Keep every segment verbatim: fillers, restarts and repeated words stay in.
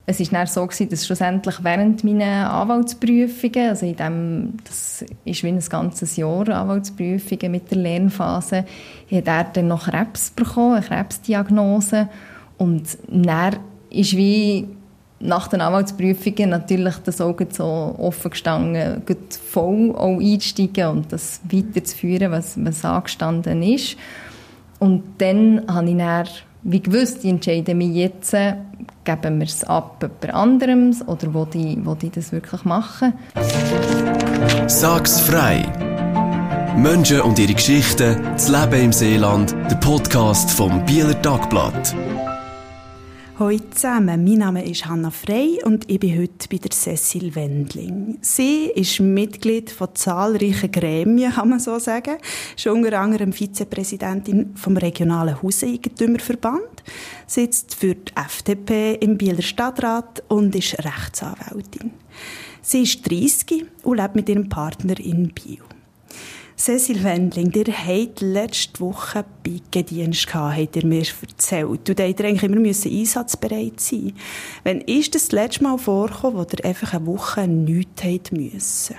es war dann so, dass schlussendlich während meiner Anwaltsprüfungen, also in dem, das ist wie ein ganzes Jahr Anwaltsprüfungen mit der Lernphase, hat er dann noch Krebs bekommen, eine Krebsdiagnose. Und dann ist wie nach den Anwaltsprüfungen natürlich das Auge so offen gestanden, voll auch einzusteigen und das weiterzuführen, was, was angestanden ist. Und dann habe ich dann, wie gewusst, ich entscheide mich jetzt, geben wir es ab jemand anderem oder wo die, wo die das wirklich machen. Sag's frei! Menschen und ihre Geschichten, das Leben im Seeland, der Podcast vom Bieler Tagblatt. Hallo zusammen, mein Name ist Hanna Frey und ich bin heute bei der Cécile Wendling. Sie ist Mitglied von zahlreichen Gremien, kann man so sagen. Ist unter anderem Vizepräsidentin vom regionalen Hauseigentümerverband, sitzt für die F D P im Bieler Stadtrat und ist Rechtsanwältin. Sie ist dreissig und lebt mit ihrem Partner in Biel. Cécile Wendling, ihr hattet letzte Woche Pikettdienst gehabt, habt ihr mir erzählt. Und da habt ihr eigentlich immer einsatzbereit sein. Wann ist das, das letzte Mal vorgekommen, wo ihr einfach eine Woche nichts habt müssen?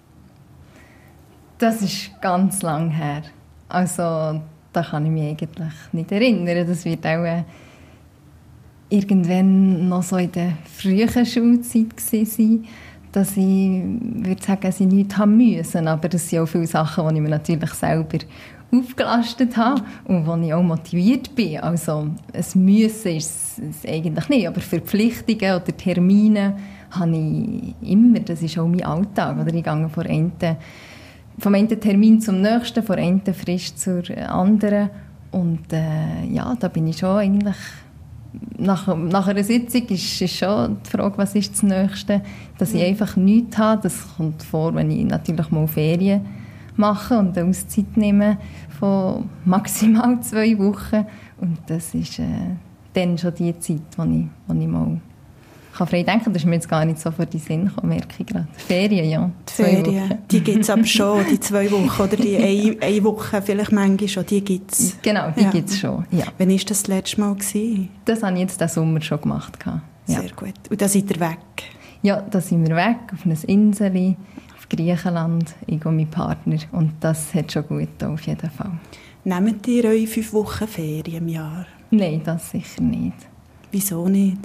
Das ist ganz lang her. Also, da kann ich mich eigentlich nicht erinnern. Das wird auch äh, irgendwann noch so in der frühen Schulzeit sein, dass ich würde sagen, dass ich nichts haben müssen. Aber das sind auch viele Sachen, die ich mir natürlich selber aufgelastet habe und wo ich auch motiviert bin. Also ein Müssen ist es eigentlich nicht, aber Verpflichtungen oder Termine habe ich immer. Das ist auch mein Alltag. Oder ich gehe von einem, vom einen Termin zum nächsten, von einer Frist zur anderen. Und äh, ja, da bin ich schon eigentlich... Nach, nach einer Sitzung ist, ist schon die Frage, was ist das Nächste, dass ich einfach nichts habe. Das kommt vor, wenn ich natürlich mal Ferien mache und eine Auszeit nehme von maximal zwei Wochen. Und das ist äh, dann schon die Zeit, wo ich, wo ich mal kann frei denken kann. Das ist mir jetzt gar nicht so vor die Sinn gekommen, merke ich gerade. Ferien, ja. Die Ferien, Wochen. Die gibt es aber schon, die zwei Wochen oder die eine, eine Woche vielleicht manchmal schon, die gibt es. Genau, die ja. gibt es schon, ja. Wann war das das letzte Mal gewesen? Das habe ich jetzt diesen Sommer schon gemacht. Ja. Sehr gut. Und dann seid ihr weg? Ja, da sind wir weg, auf einer Insel, auf Griechenland, ich und mein Partner. Und das hat schon gut auf jeden Fall. Nehmt ihr eure fünf Wochen Ferien im Jahr? Nein, das sicher nicht. Wieso nicht?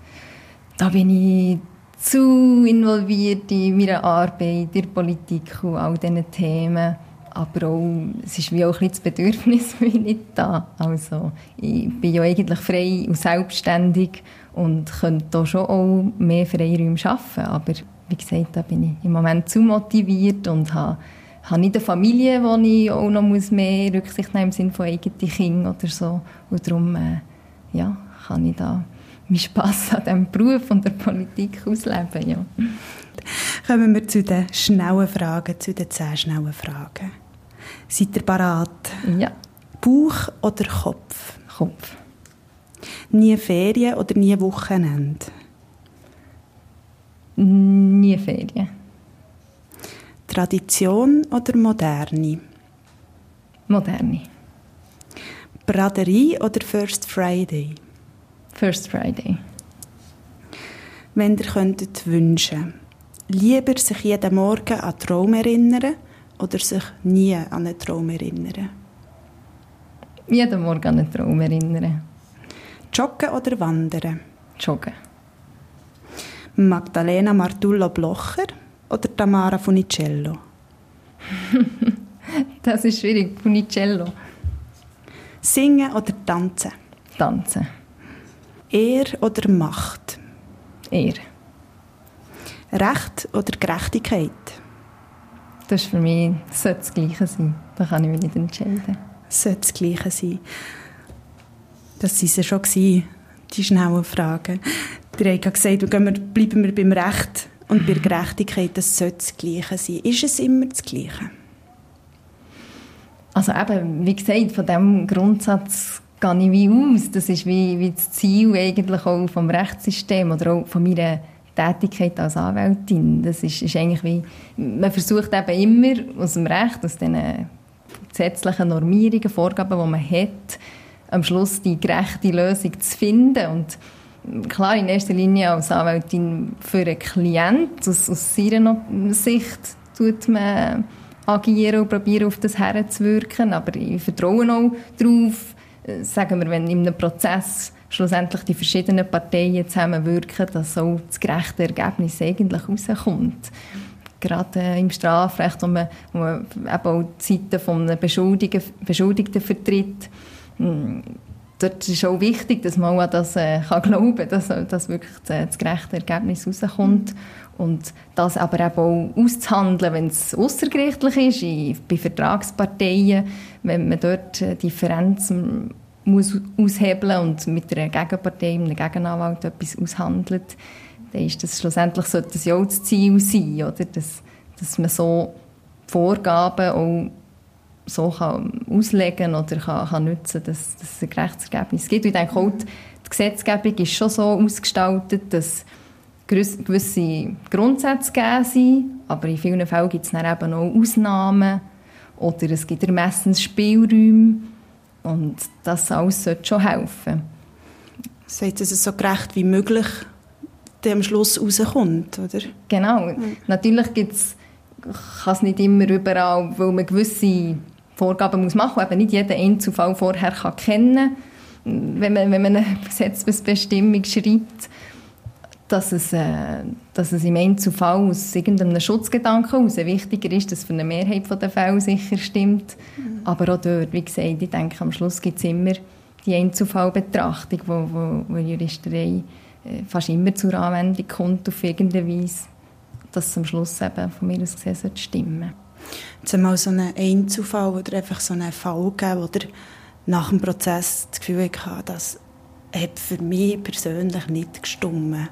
Da bin ich zu involviert in meiner Arbeit, in der Politik und all diesen Themen. Aber auch, es ist wie auch ein bisschen das Bedürfnis für mich nicht da. Also, ich bin ja eigentlich frei und selbstständig und könnte da schon auch mehr Freiräume schaffen. Aber wie gesagt, da bin ich im Moment zu motiviert und habe, habe nicht eine Familie, wo ich auch noch mehr Rücksicht nehmen muss im Sinne von eigenen Kindern oder so. Und darum äh, ja, kann ich da meinen Spass an diesem Beruf und der Politik ausleben. Ja. Kommen wir zu den schnellen Fragen, zu den zehn schnellen Fragen. Seid ihr bereit? Ja. Bauch oder Kopf? Kopf. Nie Ferien oder nie Wochenende? Nie Ferien. Tradition oder Moderne? Moderne. Braderie oder First Friday? First Friday. Wenn ihr könntet wünschen, lieber sich jeden Morgen an einen Traum erinnern oder sich nie an einen Traum erinnern? Jeden Morgen an einen Traum erinnern. Joggen oder wandern? Joggen. Magdalena Martullo-Blocher oder Tamara Funicello? Das ist schwierig. Funicello. Singen oder tanzen? Tanzen. Ehr oder Macht? Ehr. Recht oder Gerechtigkeit? Das ist für mich sollte das Gleiche sein. Da kann ich mich nicht entscheiden. Sollte das Gleiche sein. Das waren sie schon, die schnellen Fragen. Ihr habt gesagt, bleiben wir beim Recht und bei der Gerechtigkeit, das sollte das Gleiche sein. Ist es immer das Gleiche? Also eben, wie gesagt, von diesem Grundsatz gehe ich wie aus. Das ist wie, wie das Ziel eigentlich auch vom Rechtssystem oder auch von meiner Tätigkeit als Anwältin. Das ist, ist eigentlich wie, man versucht eben immer aus dem Recht, aus den gesetzlichen Normierungen, Vorgaben, die man hat, am Schluss die gerechte Lösung zu finden. Und klar, in erster Linie als Anwältin für einen Klienten, aus, aus seiner Sicht tut man agieren und probieren, auf das herzuwirken, aber ich vertraue auch darauf, sagen wir, wenn in einem Prozess schlussendlich die verschiedenen Parteien zusammenwirken, dass auch das gerechte Ergebnis eigentlich rauskommt. Gerade äh, im Strafrecht, wo man, wo man eben auch die Seite von einem Beschuldigten, Beschuldigten vertritt, mh, dort ist auch wichtig, dass man auch an das äh, kann glauben kann, dass, dass wirklich das, das gerechte Ergebnis rauskommt. Und das aber eben auch auszuhandeln, wenn es aussergerichtlich ist, in, bei Vertragsparteien, wenn man dort äh, Differenzen muss aushebeln und mit einer Gegenpartei, einem Gegenanwalt etwas aushandelt, dann ist das schlussendlich sollte das ja auch das Ziel sein, oder? Dass, dass man so Vorgaben auch so kann auslegen oder kann, kann nutzen, dass, dass es ein gerechtes Ergebnis gibt. Und ich denke auch, die Gesetzgebung ist schon so ausgestaltet, dass gewisse Grundsätze gegeben sind, aber in vielen Fällen gibt es dann eben auch Ausnahmen oder es gibt Ermessensspielräume. Und das alles sollte schon helfen. Das heißt, dass es so gerecht wie möglich am Schluss rauskommt, oder? Genau. Mhm. Natürlich gibt's, kann es nicht immer überall, weil man gewisse Vorgaben muss machen muss, eben nicht jeden Einzelfall vorher kann kennen kann, wenn man, wenn man eine Gesetzesbestimmung schreibt, dass es, äh, dass es im Einzelfall aus irgendeinem Schutzgedanken heraus wichtiger ist, dass für eine Mehrheit der Fälle sicher stimmt. Mhm. Aber auch dort, wie gesagt, ich denke, am Schluss gibt es immer die Einzelfallbetrachtung, wo, wo, wo Juristerei äh, fast immer zur Anwendung kommt, auf irgendeine Weise, dass es am Schluss eben von mir aus gesehen stimmen. Jetzt einmal so einen Einzelfall oder einfach so einen Fall gegeben, oder nach dem Prozess das Gefühl hatte, das hat für mich persönlich nicht gestimmt.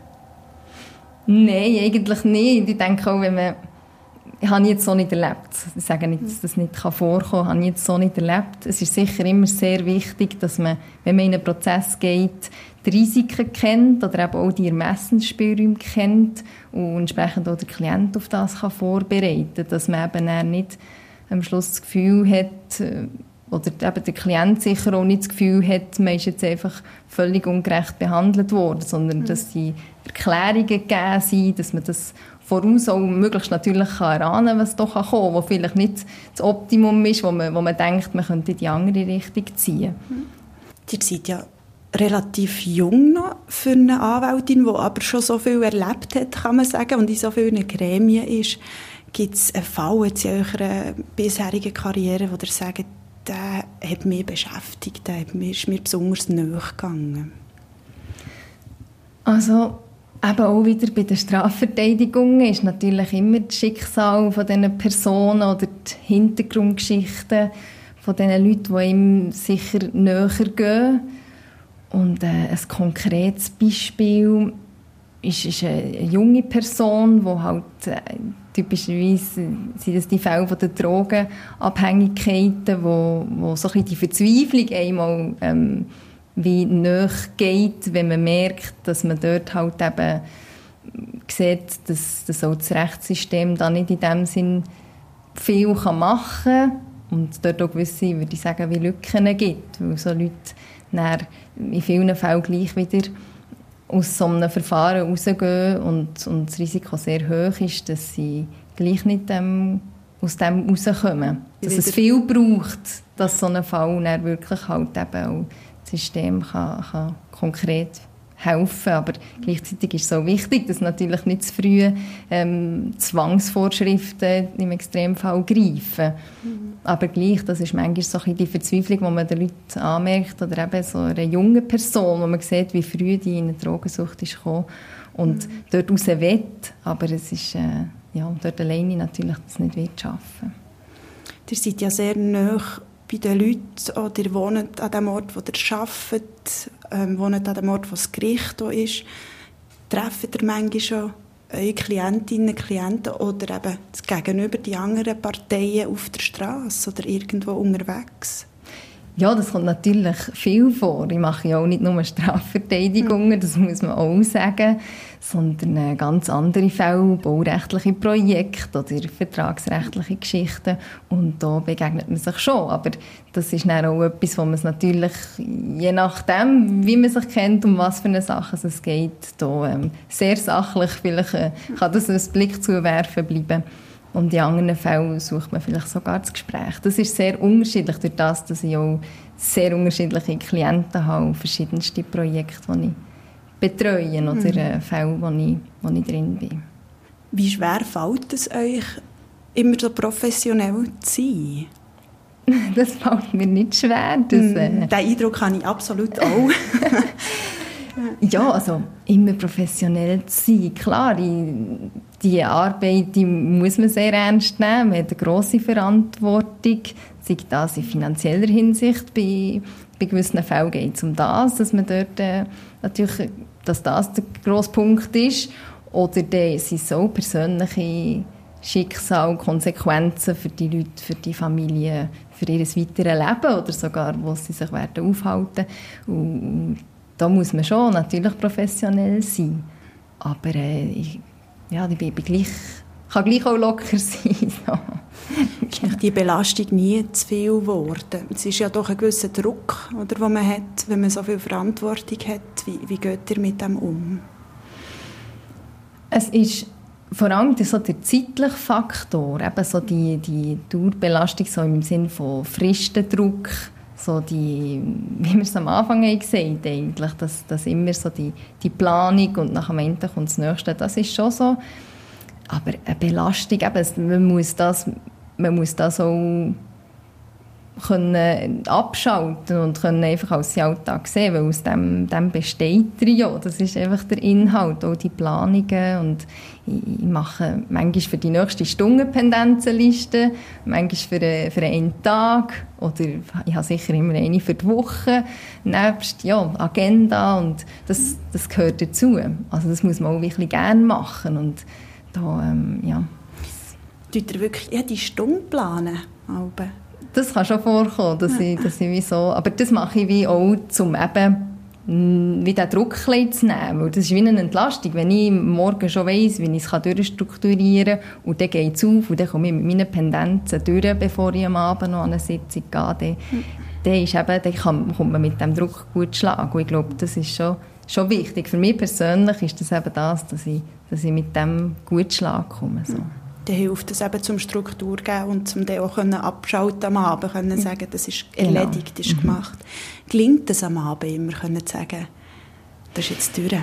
Nein, eigentlich nicht. Ich denke auch, wenn man... Ich habe jetzt so nicht erlebt. Ich sage nicht, dass das nicht vorkommen kann. Ich habe jetzt so nicht erlebt. Es ist sicher immer sehr wichtig, dass man, wenn man in einen Prozess geht, die Risiken kennt oder eben auch die Ermessensspielräume kennt und entsprechend auch der Klient auf das kann vorbereiten kann. Dass man eben nicht am Schluss das Gefühl hat, oder eben der Klient sicher auch nicht das Gefühl hat, man ist jetzt einfach völlig ungerecht behandelt worden, sondern mhm. dass die Erklärungen gegeben sind, dass man das voraus auch möglichst natürlich kann erahnen, was doch kommen kann, was vielleicht nicht das Optimum ist, wo man, wo man denkt, man könnte in die andere Richtung ziehen. Mhm. Ihr seid ja relativ jung noch für eine Anwältin, die aber schon so viel erlebt hat, kann man sagen, und in so vielen Gremien ist. Gibt es einen Fall jetzt in eurer bisherigen Karriere, wo ihr sagt, der hat mich beschäftigt, der ist mir besonders nahe gegangen? Also, eben auch wieder bei den Strafverteidigungen ist natürlich immer das Schicksal von diesen Personen oder die Hintergrundgeschichten von diesen Leuten, die ihm sicher näher gehen. Und äh, ein konkretes Beispiel ist, ist eine junge Person, die halt äh, typischerweise sind das die Fälle von den Drogenabhängigkeiten, wo, wo so ein bisschen die Verzweiflung einmal ähm, wie näher geht, wenn man merkt, dass man dort halt eben sieht, dass, dass auch das Rechtssystem da nicht in dem Sinn viel machen kann und dort auch gewisse, würde ich sagen, wie Lücken gibt, weil so Leute dann in vielen Fällen gleich wieder aus so einem Verfahren rausgehen und, und das Risiko sehr hoch ist, dass sie gleich nicht ähm, aus dem rauskommen. Dass es viel braucht, dass so ein Fall dann wirklich halt eben auch das System kann, kann konkret helfen. Aber gleichzeitig ist es auch wichtig, dass natürlich nicht zu früh ähm, Zwangsvorschriften im Extremfall greifen. Mhm. Aber gleich, das ist manchmal so ein bisschen die Verzweiflung, die man den Leuten anmerkt, oder eben so eine junge Person, wo man sieht, wie früh die in eine Drogensucht ist gekommen und mhm. dort raus will, aber es ist äh, ja, dort alleine natürlich das nicht wird schaffen. Ihr seid ja sehr nahe bei den Leuten, oder ihr wohnt an dem Ort, wo ihr arbeitet, ähm, wohnt an dem Ort, wo das Gericht ist. Trefft ihr manchmal schon eure Klientinnen und Klienten oder eben das Gegenüber, die anderen Parteien auf der Straße oder irgendwo unterwegs? Ja, das kommt natürlich viel vor. Ich mache ja auch nicht nur Strafverteidigungen, das muss man auch sagen, sondern ganz andere Fälle, baurechtliche Projekte oder vertragsrechtliche Geschichten. Und da begegnet man sich schon. Aber das ist dann auch etwas, wo man es natürlich, je nachdem, wie man sich kennt, um was für eine Sache es geht, da, ähm, sehr sachlich vielleicht äh, kann das ein Blick zuwerfen bleiben. Und in anderen Fällen sucht man vielleicht sogar das Gespräch. Das ist sehr unterschiedlich, durch das, dass ich auch sehr unterschiedliche Klienten habe, verschiedenste Projekte, die ich betreue oder mhm. Fälle, wo ich, wo ich drin bin. Wie schwer fällt es euch, immer so professionell zu sein? Das fällt mir nicht schwer. Das, äh... Den Eindruck habe ich absolut auch. Ja, also immer professionell zu sein. Klar, die Arbeit die muss man sehr ernst nehmen. Man hat eine grosse Verantwortung, sei das in finanzieller Hinsicht. Bei, bei gewissen Fällen geht es um das, dass man dort äh, natürlich, dass das der grosse Punkt ist. Oder dann sind so persönliche Schicksal, Konsequenzen für die Leute, für die Familie, für ihr weiteres Leben oder sogar, wo sie sich werden aufhalten. Und da muss man schon natürlich professionell sein. Aber äh, ich, ja, ich bin gleich, kann gleich auch locker sein. So. Ist die Belastung nie zu viel geworden? Es ist ja doch ein gewisser Druck, oder, den man hat, wenn man so viel Verantwortung hat. Wie, wie geht ihr mit dem um? Es ist vor allem so der zeitliche Faktor, eben so die, die Dauerbelastung so im Sinne von Fristendruck, so die, wie wir es am Anfang haben gesagt eigentlich, dass, dass immer so die, die Planung und nach dem Ende kommt das Nächste, das ist schon so. Aber eine Belastung, eben, man muss das, man muss das auch können abschalten und können einfach als Alltag sehen, weil aus dem, dem besteht er ja. Das ist einfach der Inhalt, auch die Planungen. Und ich, ich mache manchmal für die nächste Stunde Pendenzenliste, manchmal für, eine, für einen Tag oder ich habe sicher immer eine für die Woche, nebst ja, Agenda und das, das gehört dazu. Also das muss man auch wirklich gerne machen und da, ähm, ja. Tut ihr wirklich ja, die Stunde planen? Alben? Das kann schon vorkommen, dass ich, dass ich wie so, aber das mache ich wie auch, um eben wie den Druck zu nehmen. Weil das ist wie eine Entlastung, wenn ich morgen schon weiss, wie ich es durchstrukturieren kann und dann geht es auf und dann komme ich mit meinen Pendenzen durch, bevor ich am Abend noch an eine Sitzung gehe, dann, mhm. dann, ist eben, dann kann, kommt man mit dem Druck gut schlagen. Und ich glaube, das ist schon, schon wichtig. Für mich persönlich ist das eben das, dass ich, dass ich mit dem gut Schlag komme. So. Mhm. Dann hilft es eben zum Struktur geben und zum dann auch abschalten am Abend, können sagen, das ist erledigt, genau. ist mhm. gemacht. Gelingt es am Abend immer, können sagen, das ist jetzt durch?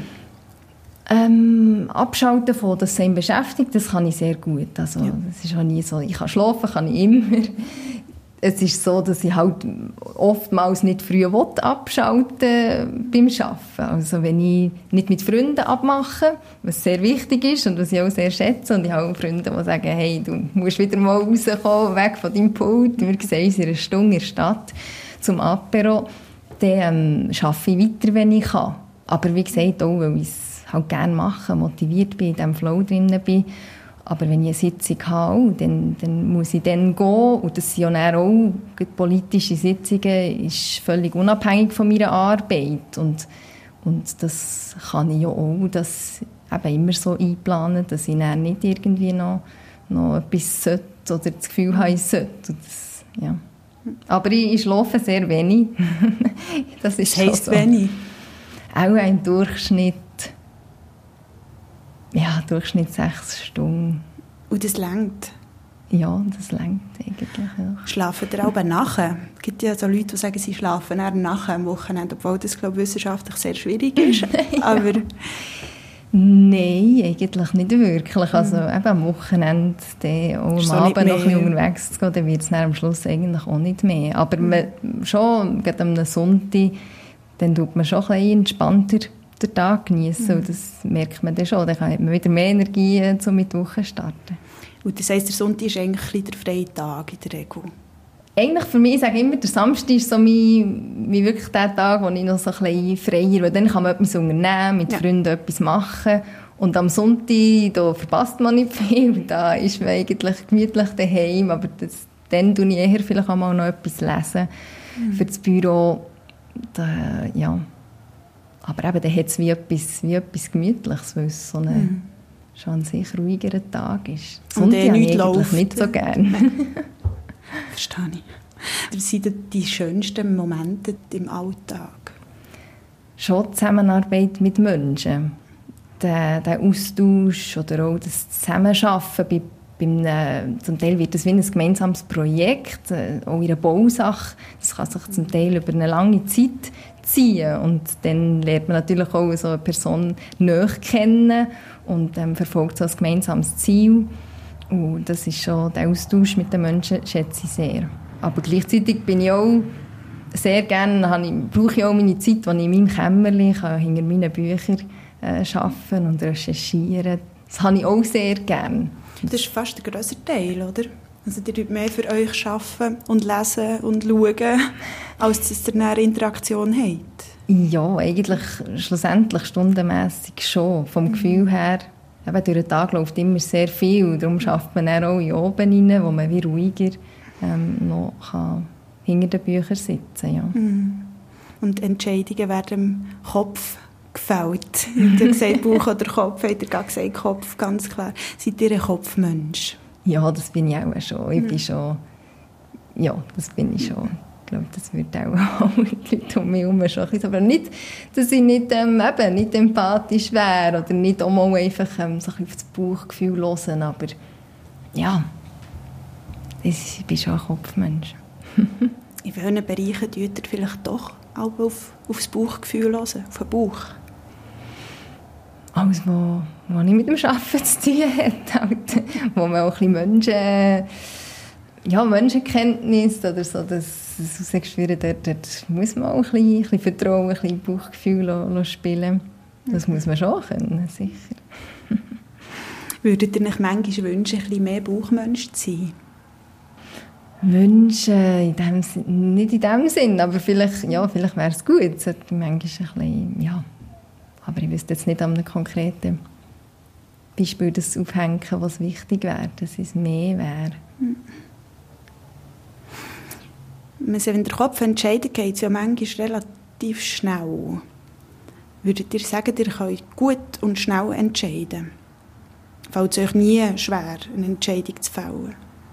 Ähm, abschalten von, dass es einen beschäftigt, das kann ich sehr gut. Also, ja. Das ist auch nie so, ich kann schlafen, kann ich immer. Es ist so, dass ich halt oftmals nicht früh abschalten beim Arbeiten. Also wenn ich nicht mit Freunden abmache, was sehr wichtig ist und was ich auch sehr schätze, und ich habe auch Freunde, die sagen, hey, du musst wieder mal rauskommen, weg von deinem Pult, wir sehen uns in einer Stunde in der Stadt zum Apero, dann ähm, arbeite ich weiter, wenn ich kann. Aber wie gesagt, auch, weil ich es halt gerne mache, motiviert bin, in diesem Flow drin bin. Aber wenn ich eine Sitzung habe, dann, dann muss ich dann gehen. Und das sind ja auch politische Sitzungen, ist völlig unabhängig von meiner Arbeit. Und, und das kann ich ja auch das eben immer so einplanen, dass ich dann nicht irgendwie noch, noch etwas sollte oder das Gefühl habe, ich sollte. Das, ja. Aber ich, ich schlafe sehr wenig. Das ist das heisst so. Wenig? Auch ein Durchschnitt. Ja, Durchschnitt sechs Stunden. Und das reicht? Ja, das reicht eigentlich auch. Schlafen ihr auch nachher? Es gibt ja so Leute, die sagen, sie schlafen nachher am Wochenende, obwohl das, glaube ich, wissenschaftlich sehr schwierig ist. Aber nein, eigentlich nicht wirklich. Also mhm. eben am Wochenende, dann auch am Abend noch ein bisschen unterwegs zu gehen, dann wird es am Schluss eigentlich auch nicht mehr. Aber mhm. man, schon, gerade am Sonntag, dann tut man schon ein bisschen entspannter den Tag genießen. Mhm. Und das merkt man dann schon. Dann hat man wieder mehr Energie, um mit der Woche zu starten. Und das heisst, der Sonntag ist eigentlich der freie Tag in der Regel? Eigentlich für mich, ich sage immer, der Samstag ist so mein, mein wirklich der Tag, wo ich noch so ein bisschen freier, weil dann kann man etwas unternehmen, mit ja. Freunden etwas machen. Und am Sonntag, da verpasst man nicht viel. Da ist man eigentlich gemütlich daheim, aber das, dann tue ich eher vielleicht auch mal noch etwas lesen. mhm. für das Büro. Da, ja. Aber eben, dann hat es wie etwas, wie etwas Gemütliches, weil es so ein mhm. schon an sich ruhigerer Tag ist. Und der nicht läuft. Nicht so gerne. Verstehe ich. Was sind die schönsten Momente im Alltag? Schon die Zusammenarbeit mit Menschen. Der, der Austausch oder auch das Zusammenarbeiten. Bei, bei einem, zum Teil wird das wie ein gemeinsames Projekt, auch in einer Bausache. Das kann sich zum Teil über eine lange Zeit ziehen. Und dann lernt man natürlich auch so eine Person näher kennen und ähm, verfolgt so ein gemeinsames Ziel. Und das ist schon, der Austausch mit den Menschen schätze ich sehr. Aber gleichzeitig bin ich auch sehr gerne, habe ich, brauche ich auch meine Zeit, die ich in meinem Kämmerchen kann, hinter meinen Büchern äh, arbeiten und recherchieren. Das habe ich auch sehr gerne. Das ist fast der grösser Teil, oder? Also ihr tut mehr für euch arbeiten und lesen und schauen, als dass ihr eine Interaktion habt? Ja, eigentlich schlussendlich stundenmässig schon. Vom Gefühl her, eben durch den Tag läuft immer sehr viel. Darum schafft man dann auch in oben rein, wo man wie ruhiger ähm, noch kann hinter den Büchern sitzen ja. Mm. Und Entscheidungen werden im Kopf gefällt. Ich habe gesagt, Bauch oder Kopf, habt ihr gerade gesagt, Kopf, ganz klar. Seid ihr ein Kopfmensch? Ja, das bin ich auch schon. Ich bin schon ja, das bin ich schon. Ich glaube, das würde auch die Leute um mich herum schon ein bisschen. Aber nicht, dass ich nicht, ähm, eben, nicht empathisch wäre oder nicht auch mal einfach ähm, so ein bisschen auf das Bauchgefühl hören. Aber ja, ich bin schon ein Kopfmensch. In welchen Bereichen tut ihr vielleicht doch auch auf, auf das Bauchgefühl hören, auf den Bauch? Alles, was, was nicht mit dem Arbeiten zu tun hat. Halt. Wo man auch ein bisschen Menschen, ja, Menschenkenntnis oder so, das, das rausgespürt, dort, dort muss man auch ein bisschen, ein bisschen Vertrauen, ein bisschen Bauchgefühl lo, lo spielen. Das muss man schon können, sicher. Würdet ihr euch manchmal wünschen, ein bisschen mehr Bauchmensch zu sein? Wünschen, in dem Sinn, nicht in dem Sinn, aber vielleicht, ja, vielleicht wäre es gut. Es sollte manchmal ein bisschen, ja. Aber ich wüsste jetzt nicht an einem konkreten Beispiel das aufhängen, was wichtig wäre, dass es mehr wäre. Wenn der Kopf entscheidet, geht es ja manchmal relativ schnell. Würdet ihr sagen, ihr könnt gut und schnell entscheiden? Fällt es euch nie schwer, eine Entscheidung zu fällen?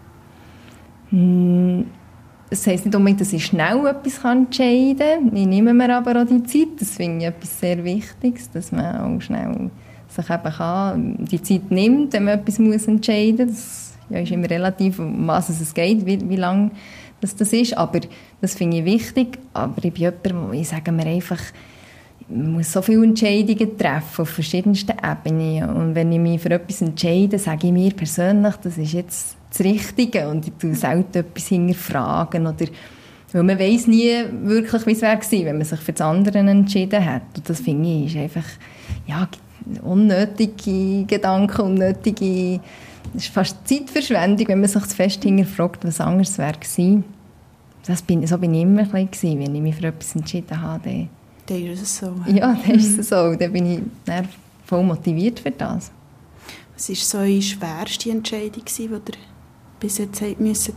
Das heisst nicht unbedingt, dass ich schnell etwas entscheiden kann. Ich nehme mir aber auch die Zeit. Das finde ich etwas sehr Wichtiges, dass man auch schnell sich eben kann, die Zeit nimmt, wenn man etwas muss entscheiden muss. Das ja, ist immer relativ, um was es geht, wie, wie lange das, das ist. Aber das finde ich wichtig. Aber ich bin jemand, ich sage mir einfach, man muss so viele Entscheidungen treffen auf verschiedensten Ebenen. Und wenn ich mich für etwas entscheide, sage ich mir persönlich, das ist jetzt das Richtige und ich tue selten etwas hinterfragen oder weil man weiss nie wirklich, wie es wäre gewesen, wenn man sich für das andere entschieden hat. Und das finde ich ist einfach ja, unnötige Gedanken, unnötige, das ist fast Zeitverschwendung, wenn man sich zu fest hinterfragt, was anderes wäre gewesen. Das bin, so bin ich immer ein bisschen, wenn ich mich für etwas entschieden habe. Dann, dann ist es so. Ja, dann ist es so. Dann bin ich dann voll motiviert für das. Was war so die schwerste Entscheidung, die ihr bis jetzt treffen müssen?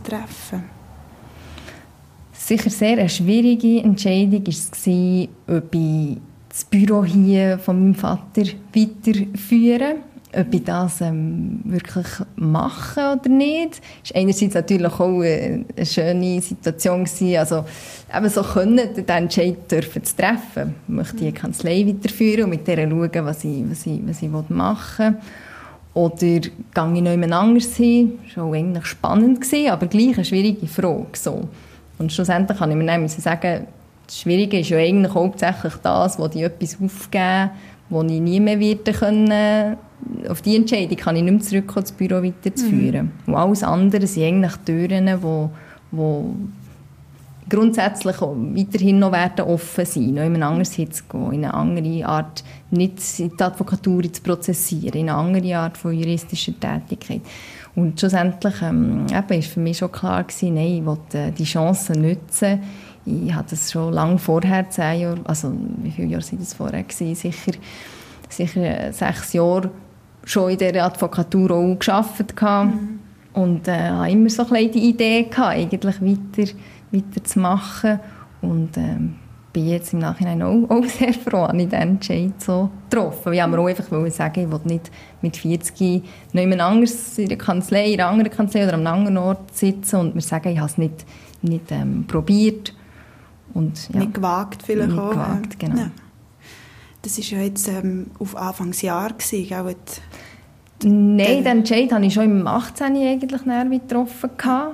Sicher sehr eine schwierige Entscheidung war es, ob ich das Büro hier von meinem Vater weiterführe, ob ich das ähm, wirklich mache oder nicht. Das war einerseits natürlich auch eine, eine schöne Situation gewesen, also eben so können, den Entscheid dürfen zu treffen. Ich möchte die Kanzlei weiterführen und mit der schauen, was ich, was ich, was ich machen will. Oder gehe ich noch jemand anderes hin? Das war auch eigentlich spannend, aber gleich eine schwierige Frage. So. Und schlussendlich kann ich mir dann sagen, das Schwierige ist ja eigentlich hauptsächlich das, wo die etwas aufgeben, wo ich nie mehr werden können. Auf diese Entscheidung kann ich nicht mehr zurückkommen, das Büro weiterzuführen. Mhm. Und alles andere sind eigentlich Türen, die, die grundsätzlich weiterhin noch werden offen sein, noch in ein anderes hinzugehen, in eine andere Art, nicht die Advokatur zu prozessieren, in eine andere Art von juristischer Tätigkeit. Und schlussendlich ähm, eben, ist für mich schon klar gewesen, nein, ich wollte die Chancen nutzen. Ich hatte das schon lange vorher, zehn Jahre, also wie viele Jahre waren das vorher gewesen? Sicher, sicher sechs Jahre schon in dieser Advokatur auch gearbeitet mhm. und äh, hatte immer so ein bisschen die Idee gehabt, eigentlich weiter weiterzumachen. Und ähm, bin jetzt im Nachhinein auch, auch sehr froh, dass ich den Entscheid so getroffen. Ich wollte mir auch einfach sagen, ich will nicht mit vierzig noch jemand anderes in der Kanzlei, in einer anderen Kanzlei oder an einem anderen Ort sitzen und mir sagen, ich habe es nicht, nicht ähm, probiert. Und, ja, nicht gewagt vielleicht nicht auch. gewagt, genau. Ja. Das war ja jetzt ähm, auf Anfangsjahr gewesen, auch Nein, den Entscheid hatte ich schon im achtzehn eigentlich getroffen.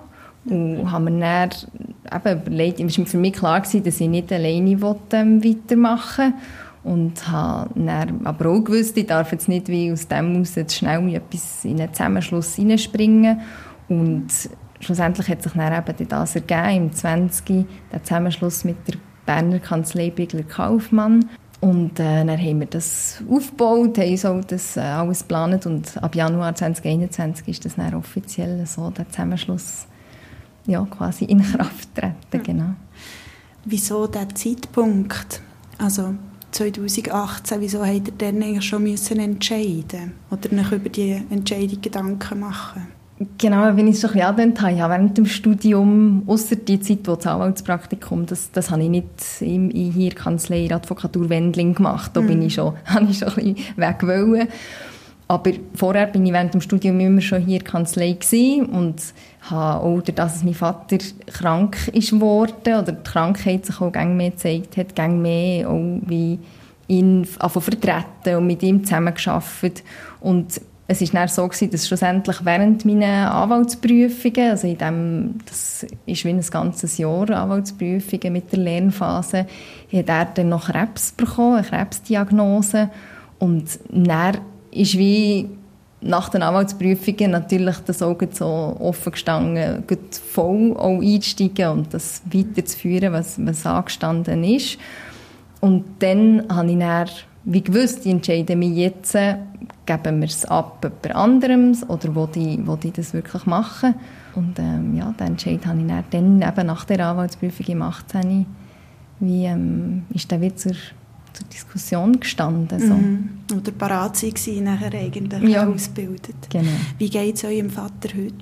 Und habe mir dann eben überlegt, es war für mich klar, dass ich nicht alleine weitermachen will. Und habe dann aber auch gewusst, ich darf jetzt nicht wie aus dem heraus jetzt schnell etwas in einen Zusammenschluss hineinspringen. Und schlussendlich hat sich dann eben das ergeben, im zwanzig, der Zusammenschluss mit der Berner Kanzlei Bigler Kaufmann. Und äh, dann haben wir das aufgebaut, haben so das äh, alles geplant und ab Januar zwanzig einundzwanzig ist das dann offiziell so, der Zusammenschluss ja, quasi in Kraft treten, genau. Wieso der Zeitpunkt? Also zwanzig achtzehn, wieso habt ihr dann eigentlich schon müssen entscheiden oder euch über die Entscheidung Gedanken machen? Genau, wenn ich es schon ein bisschen habe, ja, während dem Studium, ausser die Zeit, wo das Anwaltspraktikum, das, das habe ich nicht in, in hier Kanzlei, in der Advokatur Wendling gemacht, da mm. bin ich schon, habe ich schon ein bisschen weg wollen. Aber vorher bin ich während dem Studium immer schon hier in der Kanzlei gewesen und habe auch dadurch, dass mein Vater krank ist geworden oder die Krankheit sich auch gäng mehr gezeigt hat, gäng mehr auch wie ihn vertreten und mit ihm zusammengearbeitet. Und es war dann so, dass schlussendlich während meiner Anwaltsprüfungen, also in dem, das ist wie ein ganzes Jahr Anwaltsprüfungen mit der Lernphase, hat er dann noch Krebs bekommen, eine Krebsdiagnose. Und dann ist wie nach den Anwaltsprüfungen natürlich das Auge so offen gestanden, voll auch einzusteigen und das weiterzuführen, was, was angestanden ist. Und dann habe ich dann, wie gewusst, ich entscheide mich jetzt, geben wir es ab jemand anderem oder will ich, will ich das wirklich machen. Und ähm, ja, den Entscheid habe ich dann, dann eben nach der Anwaltsprüfung im achtzehn wie ähm, ist der wieder zur, zur Diskussion gestanden. So. Mhm. Oder parat war nachher eigentlich ja, ausgebildet. Genau. Wie geht es eurem Vater heute?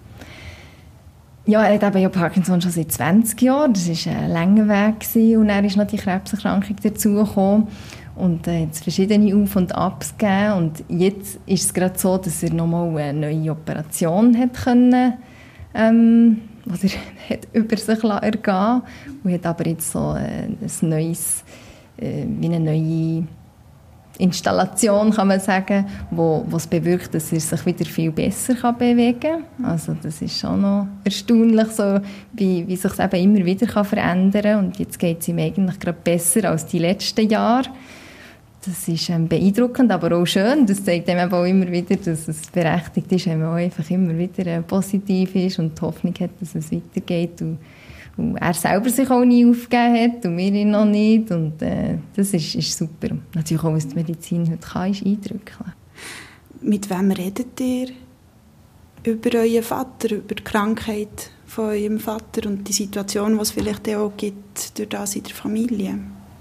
Ja, er hat eben ja Parkinson schon seit zwanzig Jahren. Das war ein langer Weg gewesen. Und dann ist noch die Krebserkrankung dazugekommen. Und äh, jetzt verschiedene Auf- und Abs gegeben. Und jetzt ist es gerade so, dass er nochmal eine neue Operation hat können, ähm, oder hat über sich ergehen und hat aber jetzt so äh, ein neues, äh, wie eine neue Installation, kann man sagen, wo es bewirkt, dass er sich wieder viel besser kann bewegen kann. Also das ist schon noch erstaunlich, so, wie, wie sich es eben immer wieder kann verändern kann. Und jetzt geht es ihm eigentlich gerade besser als die letzten Jahre. Das ist ähm, beeindruckend, aber auch schön. Das zeigt einem auch immer wieder, dass es berechtigt ist, wenn man auch einfach immer wieder äh, positiv ist und die Hoffnung hat, dass es weitergeht. Und, und er selber sich auch nie aufgegeben hat und wir ihn noch nicht. Und äh, das ist, ist super. Natürlich auch, was die Medizin heute kann, ist eindrücklich. Mit wem redet ihr über euren Vater, über die Krankheit von eurem Vater und die Situation, die es vielleicht auch gibt durch das in der Familie?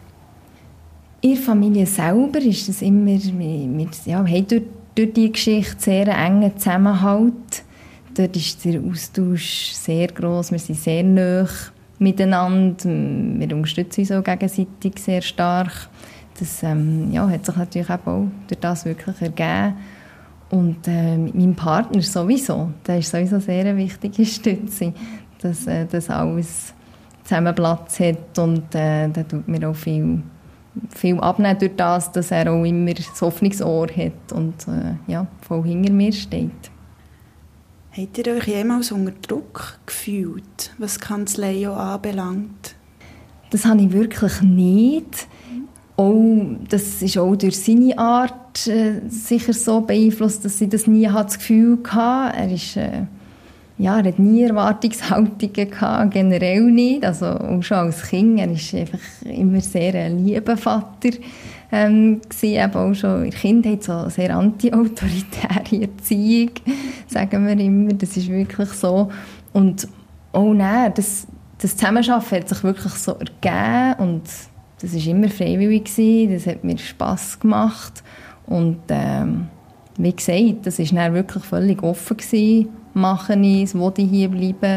In der Familie selber ist es immer, wir, wir ja, haben durch, durch die Geschichte sehr engen Zusammenhalt. Dort ist der Austausch sehr gross, wir sind sehr nahe miteinander, wir unterstützen uns auch gegenseitig sehr stark. Das ähm, ja, hat sich natürlich auch durch das wirklich ergeben. Und äh, mit meinem Partner sowieso, der ist sowieso sehr eine wichtige Stütze, dass äh, das alles zusammen Platz hat und äh, da tut mir auch viel viel abnehmen durch das, dass er auch immer das Hoffnungsohr hat und äh, ja, voll hinter mir steht. Habt ihr euch jemals unter Druck gefühlt, was die Kanzlei anbelangt? Das habe ich wirklich nicht. Auch, das ist auch durch seine Art äh, sicher so beeinflusst, dass ich das nie hatte, das Gefühl hatte. Er ist, äh, ja, er hat nie Erwartungshaltungen gehabt, generell nicht. Also auch schon als Kind, er war einfach immer sehr ein lieber Vater. Ähm, eben auch schon in der Kindheit so eine sehr anti-autoritäre Erziehung, sagen wir immer. Das ist wirklich so. Und auch nein, das, das Zusammenarbeiten hat sich wirklich so ergeben und das war immer freiwillig gewesen. Das hat mir Spass gemacht. Und ähm, wie gesagt, das war dann wirklich völlig offen gewesen. Mache ich es, will ich hier bleiben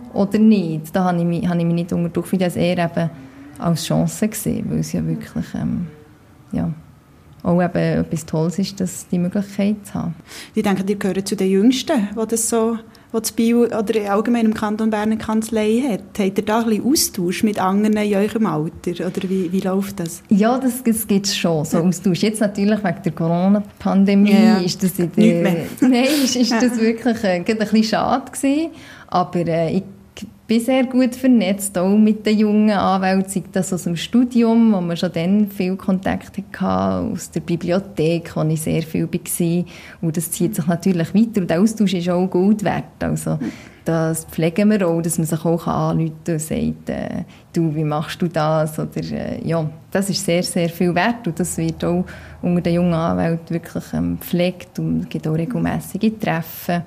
oder nicht. Da habe ich mich, habe ich mich nicht unter Druck gefühlt, eher eben als Chance gesehen, weil es ja wirklich ähm, ja, auch eben etwas Tolles ist, das die Möglichkeit zu haben. Ich denke, ihr gehört zu den Jüngsten, die das so, die das Bio oder allgemein im Kanton Bern eine Kanzlei hat. Habt ihr da ein bisschen Austausch mit anderen in eurem Alter? Oder wie, wie läuft das? Ja, das, das gibt es schon, so Austausch. Jetzt natürlich wegen der Corona-Pandemie ja, ja. ist das, in der, nein, ist, ist das wirklich äh, ein bisschen schade gewesen. Aber äh, ich bin sehr gut vernetzt, auch mit den jungen Anwälten, sei das aus dem Studium, wo man schon dann viel Kontakt hatte, aus der Bibliothek, wo ich sehr viel war. Und das zieht sich natürlich weiter. Und der Austausch ist auch Gold wert. Also, das pflegen wir auch, dass man sich auch anrufen kann und sagt, äh, du, wie machst du das? Oder, äh, ja, das ist sehr, sehr viel wert. Und das wird auch unter den jungen Anwälten wirklich ähm, gepflegt und es gibt auch regelmässige Treffen,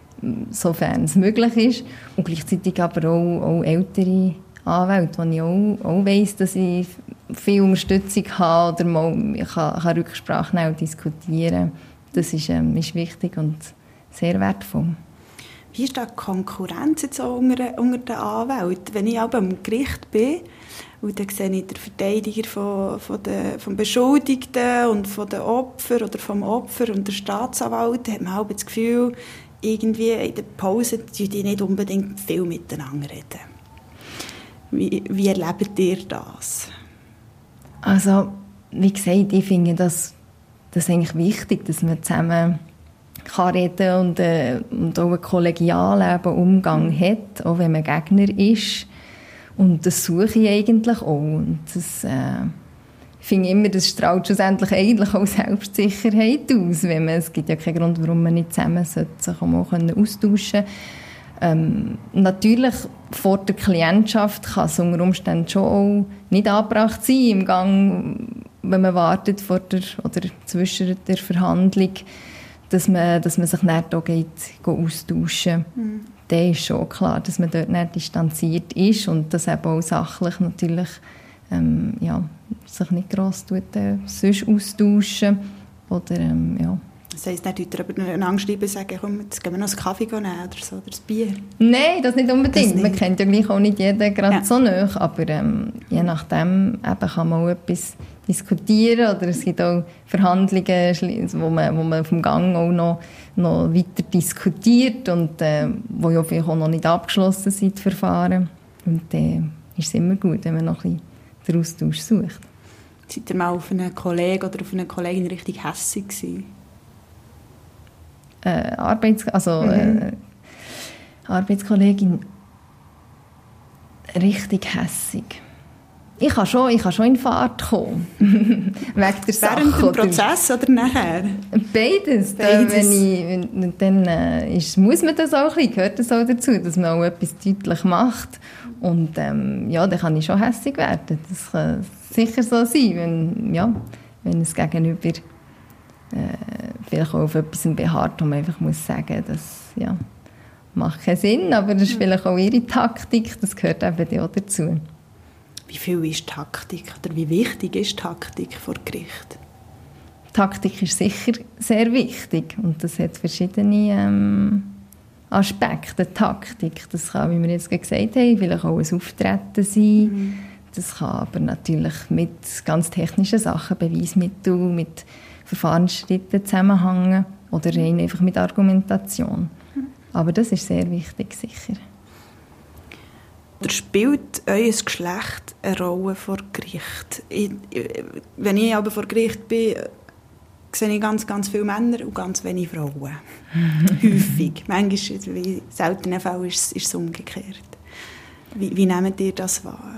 sofern es möglich ist. Und gleichzeitig aber auch, auch ältere Anwälte, wo ich auch, auch weiss, dass ich viel Unterstützung habe oder mal ich kann, kann Rücksprache nehmen und diskutieren. Das ist, ähm, ist wichtig und sehr wertvoll. Wie ist die Konkurrenz jetzt auch unter, unter den Anwälten? Wenn ich auch am Gericht bin und dann sehe ich den Verteidiger von, von der, vom Beschuldigten und von den Opfern oder vom Opfer und der Staatsanwalt, dann hat man auch das Gefühl, irgendwie in der Pause die die nicht unbedingt viel miteinander reden. Wie, wie erlebt ihr das? Also, wie gesagt, ich finde das, das eigentlich wichtig, dass man zusammen kann reden und, äh, und auch einen kollegialen Umgang hat, auch wenn man Gegner ist. Und das suche ich eigentlich auch. Und das, äh, ich finde immer, das strahlt schlussendlich eigentlich auch Selbstsicherheit aus. Wenn man, es gibt ja keinen Grund, warum man nicht zusammen sich auch mal austauschen kann. Ähm, natürlich vor der Klientschaft kann es unter Umständen schon auch nicht angebracht sein im Gang, wenn man wartet vor der, oder zwischen der Verhandlung, dass man, dass man sich nicht auch geht, geht austauschen kann. Mhm. Dann ist schon klar, dass man dort nicht distanziert ist und dass eben auch sachlich natürlich ähm, ja, sich nicht gross tut, äh, sonst austauschen. Oder, ähm, ja. Das heisst, nicht Leute einander schreiben und sagen, komm, jetzt gehen wir noch einen Kaffee nehmen oder so, oder ein Bier? Nein, das nicht unbedingt. Das nicht. Man kennt ja gleich auch nicht jeden gerade ja. so nahe, aber ähm, je nachdem eben kann man auch etwas diskutieren oder es gibt auch Verhandlungen, wo man, wo man vom Gang auch noch, noch weiter diskutiert und äh, wo ja vielleicht auch noch nicht abgeschlossen sind, die Verfahren. Und dann äh, ist es immer gut, wenn man noch ein bisschen den Austausch sucht. Seid ihr mal auf einen Kollegen oder auf eine Kollegin richtig hässig gewesen? Äh, Arbeits- also, mhm. äh, Arbeitskollegin richtig hässig. Ich kann schon, ich kann schon in Fahrt kommen. Wegen der Sache. Während dem Prozess oder, oder nachher? Beides. Beides. Dann, wenn ich, wenn, dann äh, ist, muss man das auch ein bisschen, gehört das auch dazu, dass man auch etwas deutlich macht. Und ähm, ja, dann kann ich schon hässig werden. Das kann sicher so sein, wenn, ja, wenn es gegenüber äh, vielleicht auch auf etwas beharrt, wo man einfach muss sagen, das ja, macht keinen Sinn, aber das ist vielleicht auch ihre Taktik, das gehört eben auch dazu. Wie viel ist Taktik oder wie wichtig ist Taktik vor Gericht? Taktik ist sicher sehr wichtig und das hat verschiedene ähm, Aspekte. Taktik, das kann, wie wir jetzt gesagt haben, vielleicht auch ein Auftreten sein. Mhm. Das kann aber natürlich mit ganz technischen Sachen, Beweismitteln, mit Verfahrensschritten zusammenhängen oder rein einfach mit Argumentation. Mhm. Aber das ist sehr wichtig, sicher. Oder spielt euer Geschlecht eine Rolle vor Gericht? Ich, wenn ich aber vor Gericht bin, sehe ich ganz, ganz viele Männer und ganz wenig Frauen. Häufig. Manchmal, in seltenen Fällen, ist, ist es umgekehrt. Wie, wie nehmt ihr das wahr?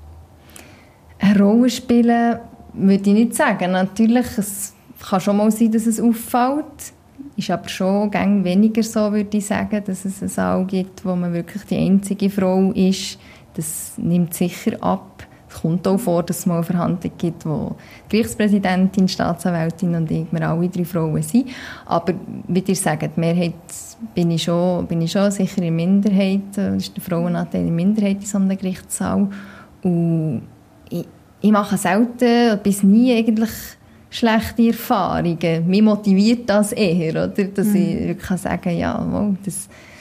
Eine Rolle spielen würde ich nicht sagen. Natürlich, es kann schon mal sein, dass es auffällt. Ist aber schon gäng weniger so, würde ich sagen, dass es einen Saal gibt, wo man wirklich die einzige Frau ist. Das nimmt sicher ab. Es kommt auch vor, dass es mal eine Verhandlung gibt, wo die Gerichtspräsidentin, die Staatsanwältin und ich, wir alle drei Frauen sind. Aber wie ihr sagt, die Mehrheit bin ich schon, bin ich schon sicher in Minderheit. Das ist der Frauenanteil in Minderheit in so einem Gerichtssaal. Und ich, ich mache selten bis nie eigentlich schlechte Erfahrungen. Mich motiviert das eher, oder? Dass mhm. ich wirklich sagen kann, ja, wow, das,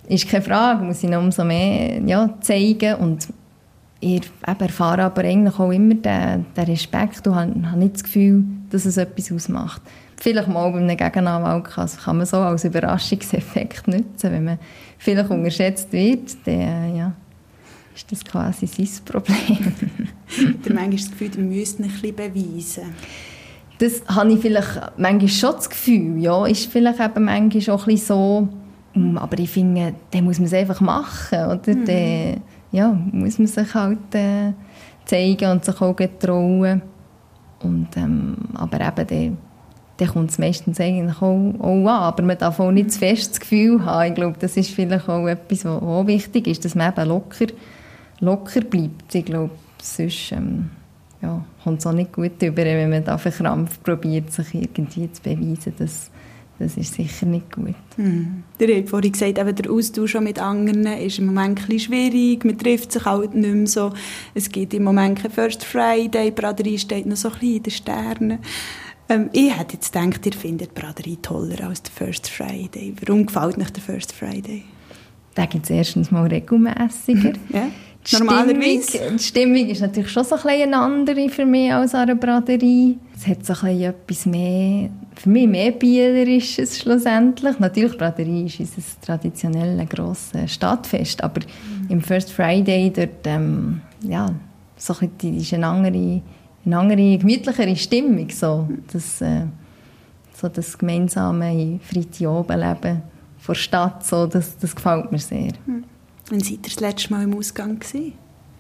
ist keine Frage, muss ich noch umso mehr ja, zeigen. Und ich erfahre aber eigentlich auch immer den, den Respekt und habe, habe nicht das Gefühl, dass es etwas ausmacht. Vielleicht mal bei einem Gegenanwalt kann, kann man so als Überraschungseffekt nutzen. Wenn man vielleicht unterschätzt wird, dann ja, ist das quasi sein Problem. Der manchmal das Gefühl, du müsst ein bisschen beweisen. Das habe ich vielleicht manchmal schon das Gefühl. Ja, ist vielleicht eben manchmal auch ein bisschen so. Aber ich finde, dann muss man es einfach machen. Oder? Mhm. Dann, ja, muss man sich halt äh, zeigen und sich auch trauen. Und, ähm, aber eben, dann, dann kommt es meistens eigentlich auch, auch an. Aber man darf auch nicht zu fest das Gefühl haben. Ich glaube, das ist vielleicht auch etwas, was auch wichtig ist, dass man eben locker, locker bleibt. Ich glaube, sonst ähm, ja, kommt es auch nicht gut über, wenn man da verkrampft probiert, sich irgendwie zu beweisen. Das, das ist sicher nicht gut. Mhm. Ihr habt vorhin gesagt, eben der Austausch mit anderen ist im Moment ein bisschen schwierig. Man trifft sich halt nicht mehr so. Es gibt im Moment kein First Friday. Die Braderie steht noch so ein bisschen in den Sternen. Ähm, ich hätte jetzt gedacht, ihr findet die Braderie toller als der First Friday. Warum gefällt euch der First Friday? Da gibt es erstens mal regelmässiger. Ja. Die Stimmung, die Stimmung ist natürlich schon so ein bisschen eine andere für mich als an einer Braderie. Es hat so ein bisschen etwas mehr, für mich mehr Bielerisches schlussendlich. Natürlich, Braderie ist unser traditionelles grosses Stadtfest, aber mhm. im First Friday dort, ähm, ja, so ein bisschen, ist eine andere, eine andere, gemütlichere Stimmung. So das, äh, so das gemeinsame Freitagobenleben vor der Stadt, so, das, das gefällt mir sehr. Mhm. Wann seid ihr das letzte Mal im Ausgang gewesen?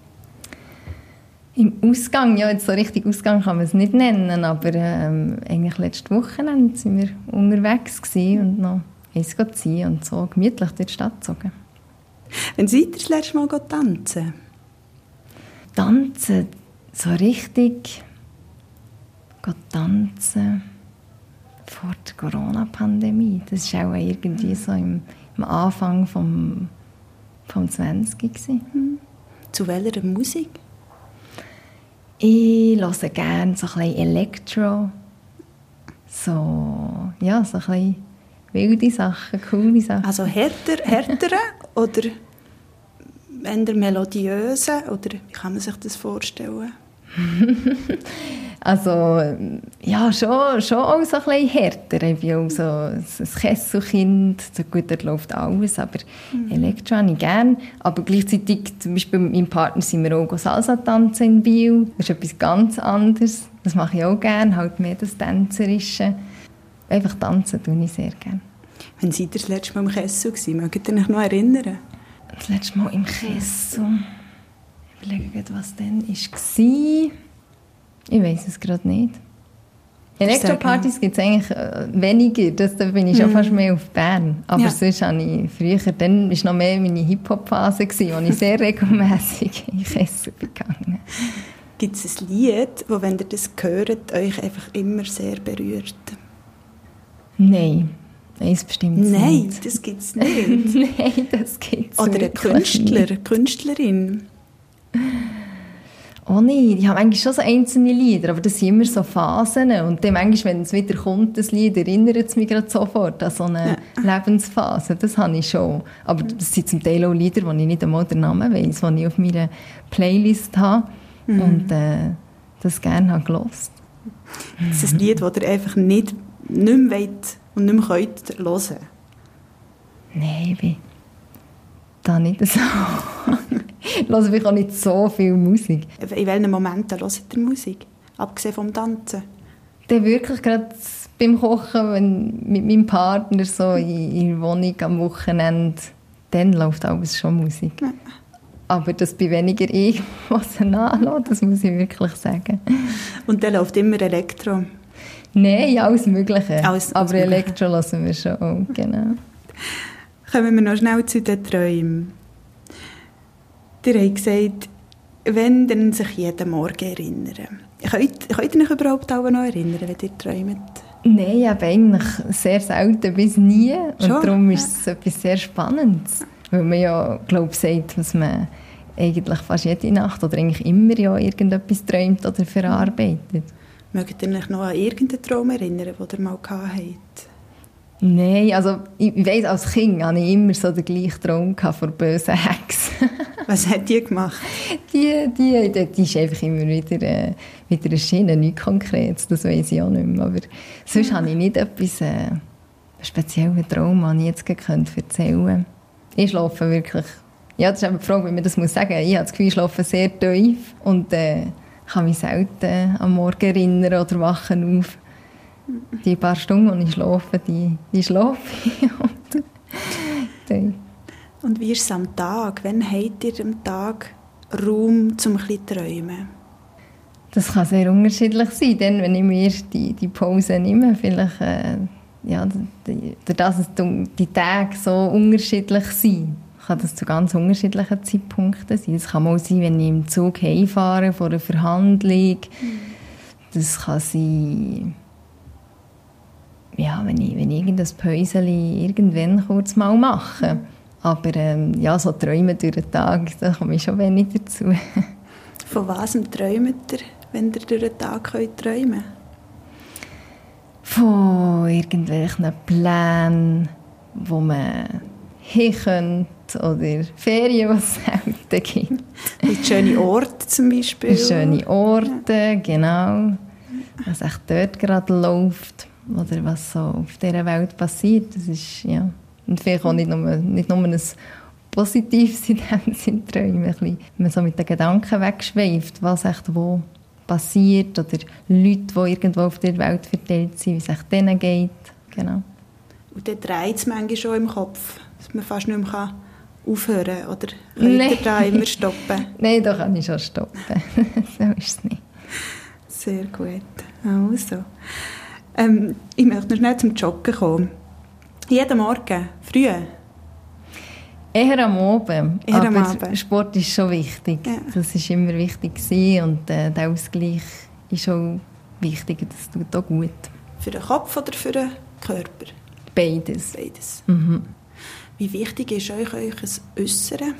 Im Ausgang? Ja, jetzt so richtig Ausgang kann man es nicht nennen, aber ähm, eigentlich letzte Woche waren wir unterwegs gewesen und noch eins ziehen und so gemütlich durch die Stadt gezogen. Wann seid ihr das letzte Mal tanzen? Tanzen? So richtig tanzen vor der Corona-Pandemie. Das war auch irgendwie so im, im Anfang vom vom zwanzig Mhm. Zu welcher Musik? Ich höre gerne so ein bisschen Elektro. So, ja, so ein bisschen wilde Sachen, coole Sachen. Also härter, härtere oder eher melodiöse? Oder wie kann man sich das vorstellen? Also, ja, schon, schon auch so ein bisschen härter. Ich bin auch so ein Kesselkind. So gut, dort läuft alles, aber mhm. Elektro habe ich gerne. Aber gleichzeitig, zum Beispiel mit meinem Partner sind wir auch Salsa tanzen in Biel. Das ist etwas ganz anderes. Das mache ich auch gerne, halt mehr das Tänzerische. Einfach tanzen tue ich sehr gerne. Wann seid ihr das letzte Mal im Kessel gewesen? Mögt ihr euch noch erinnern? Das letzte Mal im Kessel? Ich überlege, was denn war. Ich weiss es gerade nicht. Elektropartys gibt es eigentlich äh, weniger. Das, da bin ich schon mm. fast mehr auf Bern. Aber ja. sonst habe ich früher, dann war noch mehr meine Hip-Hop-Phase, wo ich sehr regelmässig in Kessel gegangen. Gibt es ein Lied, das, wenn ihr das hört, euch einfach immer sehr berührt? Nein. Nein, das bestimmt Nein, nicht. Nein, das gibt es nicht. Nein, das gibt es Oder ein Künstler, eine Künstlerin. Oh nein, ich habe eigentlich schon so einzelne Lieder, aber das sind immer so Phasen. Und dann manchmal, wenn es wieder kommt, das Lied, erinnert es mich gerade sofort an so eine ja. Lebensphase. Das habe ich schon. Aber das sind zum Teil auch Lieder, die ich nicht einmal den Namen weiss, die ich auf meiner Playlist habe mhm. und äh, das gerne habe gehört. Das ist ein Lied, das ihr einfach nicht, nicht mehr wollt und nicht mehr könnt hören? Nein, ich bin da nicht so. Ich höre vielleicht auch nicht so viel Musik. In welchen Momenten hört ihr Musik? Abgesehen vom Tanzen? Dann wirklich gerade beim Kochen, wenn mit meinem Partner so in, in der Wohnung am Wochenende, dann läuft alles schon Musik. Ja. Aber das bin weniger ich, was er nachlässt, das muss ich wirklich sagen. Und dann läuft immer Elektro? Nein, alles Mögliche. Alles, aber alles Elektro lassen wir schon auch, genau. Kommen wir noch schnell zu den Träumen. Ihr habt gesagt, wenn dann sich jeden Morgen erinnern. Könnt, könnt ihr euch überhaupt auch noch erinnern, wenn ihr träumt? Nein, aber eigentlich sehr selten bis nie. Und Schon? darum ist es etwas sehr Spannendes. Weil man ja, glaube ich, sagt, was man eigentlich fast jede Nacht oder eigentlich immer ja irgendetwas träumt oder verarbeitet. Mögt ihr euch noch an irgendeinen Traum erinnern, den ihr mal gehabt habt? Nein, also ich, ich weiss, als Kind hatte ich immer so den gleichen Traum von bösen Hexen. Was hat die gemacht? Die, die, die, die ist einfach immer wieder, äh, wieder erschienen, nichts Konkretes, das weiss ich auch nicht mehr. Aber sonst mhm. habe ich nicht etwas, äh, einen speziellen Traum, den ich jetzt erzählen könnte. Ich schlafe wirklich, ja, das ist eben die Frage, wie man das muss sagen muss. Ich habe das Gefühl, ich schlafe sehr tief und äh, kann mich selten am Morgen erinnern oder wachen auf. Die paar Stunden, die ich schlafe, die, die schlafe ich. und, und wie ist es am Tag? Wann habt ihr am Tag Raum, um ein bisschen zu träumen? Das kann sehr unterschiedlich sein. Dann, wenn ich mir die, die Pause nehme, vielleicht, äh, ja, dadurch, dass die Tage so unterschiedlich sind, kann das zu ganz unterschiedlichen Zeitpunkten sein. Es kann mal sein, wenn ich im Zug heimfahre vor einer Verhandlung. Das kann sein, ja, wenn ich, wenn ich irgendein Päuschen irgendwann kurz mal mache. Aber ähm, ja, so träumen durch den Tag, da komme ich schon wenig dazu. Von was träumt ihr, wenn ihr durch den Tag könnt träumen könnt? Von irgendwelchen Plänen, wo man hin könnte, oder Ferien, die es selten gibt. Mit schönen Orten zum Beispiel. Schöne Orte, ja. Genau. Was echt dort gerade läuft. Oder was so auf dieser Welt passiert. Das ist, ja. Und vielleicht auch nicht nur, nicht nur ein positives in dem Sinne träumen. Wenn man so mit den Gedanken wegschweift, was echt wo passiert. Oder Leute, die irgendwo auf der Welt verteilt sind, wie es echt denen geht. Genau. Und dann dreht es manchmal schon im Kopf, dass man fast nicht mehr aufhören kann. Oder könnt ihr da immer stoppen? Nein, da kann ich schon stoppen. So ist es nicht. Sehr gut. Also. Ähm, ich möchte noch schnell zum Joggen kommen. Jeden Morgen, früh? Eher am Abend. Eher aber am Abend. Sport ist schon wichtig. Ja. Das war immer wichtig gewesen. Und äh, der Ausgleich ist auch wichtig. Das tut auch gut. Für den Kopf oder für den Körper? Beides. Beides. Mhm. Wie wichtig ist euch euch ein Äußeren?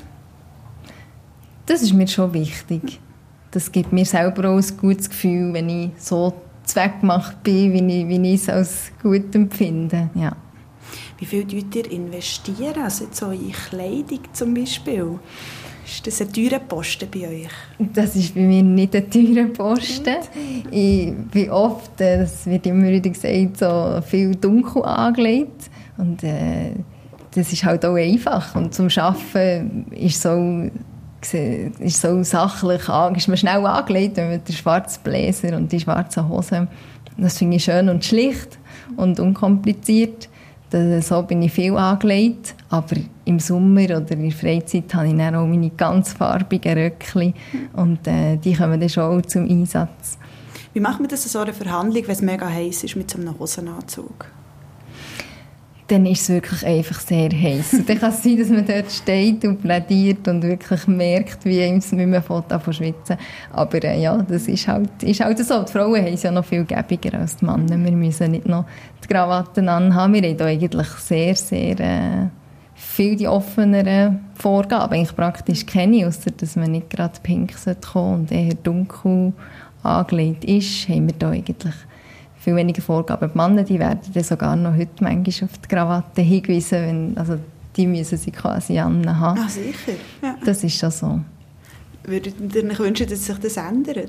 Das ist mir schon wichtig. Das gibt mir selber auch ein gutes Gefühl, wenn ich so zweckgemacht bin, wie ich, wie ich es als gut empfinde. Ja. Wie viel tut ihr investieren? Also jetzt so in Kleidung zum Beispiel. Ist das ein teurer Posten bei euch? Das ist bei mir nicht ein teurer Posten. Ich bin oft, das wird immer wieder gesagt, so viel dunkel angelegt. Und äh, das ist halt auch einfach. Und zum Arbeiten ist so ist so sachlich, ist man schnell angelegt, wenn man den schwarzen Bläser und die schwarzen Hosen. Das finde ich schön und schlicht und unkompliziert. Das, so bin ich viel angelegt. Aber im Sommer oder in der Freizeit habe ich dann auch meine ganz farbigen Röckchen. Und äh, die kommen dann schon auch zum Einsatz. Wie macht man das in so einer Verhandlung, wenn es mega heiß ist mit so einem Hosenanzug? Dann ist es wirklich einfach sehr heiß. Dann kann es sein, dass man dort steht und plädiert und wirklich merkt, wie einem es mit einem Foto von schwitzen. Aber äh, ja, das ist halt, ist halt so. Die Frauen haben es ja noch viel gäbiger als die Männer. Wir müssen nicht noch die Krawatten anhaben. Wir haben da eigentlich sehr, sehr äh, viel die offeneren Vorgaben. Eigentlich praktisch keine, ausser dass man nicht gerade pink kommen und eher dunkel angelegt ist, haben wir da eigentlich viel weniger Vorgaben. Die Männer, die werden dann sogar noch heute manchmal auf die Krawatte hingewiesen, wenn, also die müssen sie quasi anhaben. Ah, sicher. Ja. Das ist schon so. Würdet ihr euch wünschen, dass sich das ändert?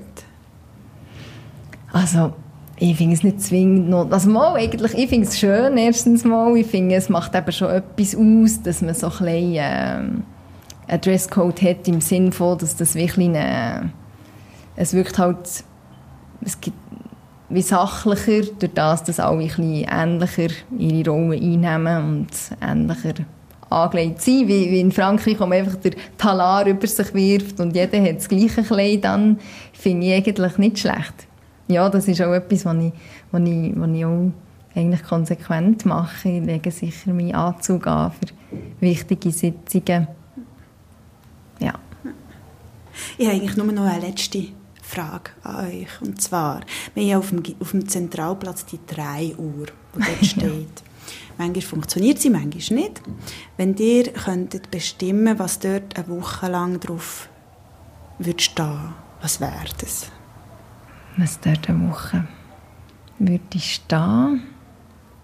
Also, ich finde es nicht zwingend noch, also mal eigentlich, ich finde es schön, erstens mal, ich finde, es macht eben schon etwas aus, dass man so ein bisschen, äh, einen Dresscode hat, im Sinne von, dass das wirklich eine, es wirkt halt, es gibt wie sachlicher, durch das, dass alle ein bisschen ähnlicher ihre Rollen einnehmen und ähnlicher angelegt sind, wie, wie in Frankreich, wo man einfach den Talar über sich wirft und jeder hat das gleiche Kleid an, finde ich eigentlich nicht schlecht. Ja, das ist auch etwas, was ich, was ich, was ich auch eigentlich konsequent mache. Ich lege sicher meinen Anzug an für wichtige Sitzungen. Ja. Ich habe eigentlich nur noch eine letzte Frage an euch. Und zwar, wir haben ja auf dem, auf dem Zentralplatz die drei Uhr, die dort steht. Manchmal funktioniert sie, manchmal nicht. Wenn ihr könntet bestimmen, was dort eine Woche lang drauf würde stehen, was wäre das? Was dort eine Woche würde stehen?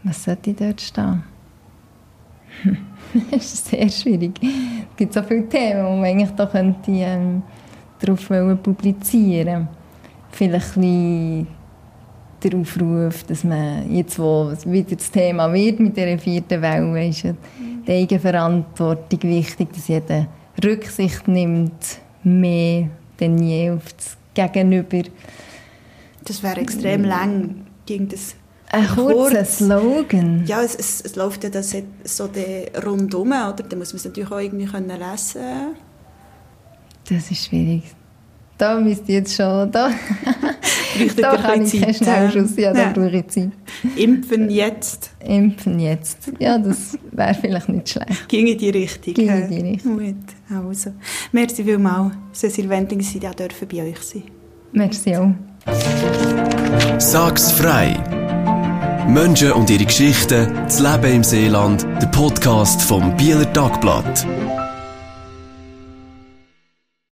Was sollte ich dort stehen? Hm. Das ist sehr schwierig. Es gibt so viele Themen, die man eigentlich da könnte, ähm, darauf publizieren. Vielleicht ein bisschen der Aufruf, dass man jetzt, wo wieder das Thema wird mit der vierten Welle, ist ja die Eigenverantwortung wichtig, dass jeder Rücksicht nimmt, mehr denn je auf das Gegenüber. Das wäre extrem lang, ging das. Ein kurzer Slogan. Ja, es, es, es läuft ja das so rundum, oder? Da muss man es natürlich auch irgendwie lesen können. Das ist schwierig. Da müsst ihr jetzt schon... Da, da kann ich keinen Schnellschuss. Ja, da ja. brauche ich Zeit. Impfen jetzt. Impfen jetzt. Ja, das wäre vielleicht nicht schlecht. Ging in die Richtung. Ging in die Richtung. Gut, also. Merci vielmals, Cécile Wendling, Sie dürfen bei euch sein. Merci auch. Sag's frei! Menschen und ihre Geschichten, das Leben im Seeland, der Podcast vom Bieler Tagblatt.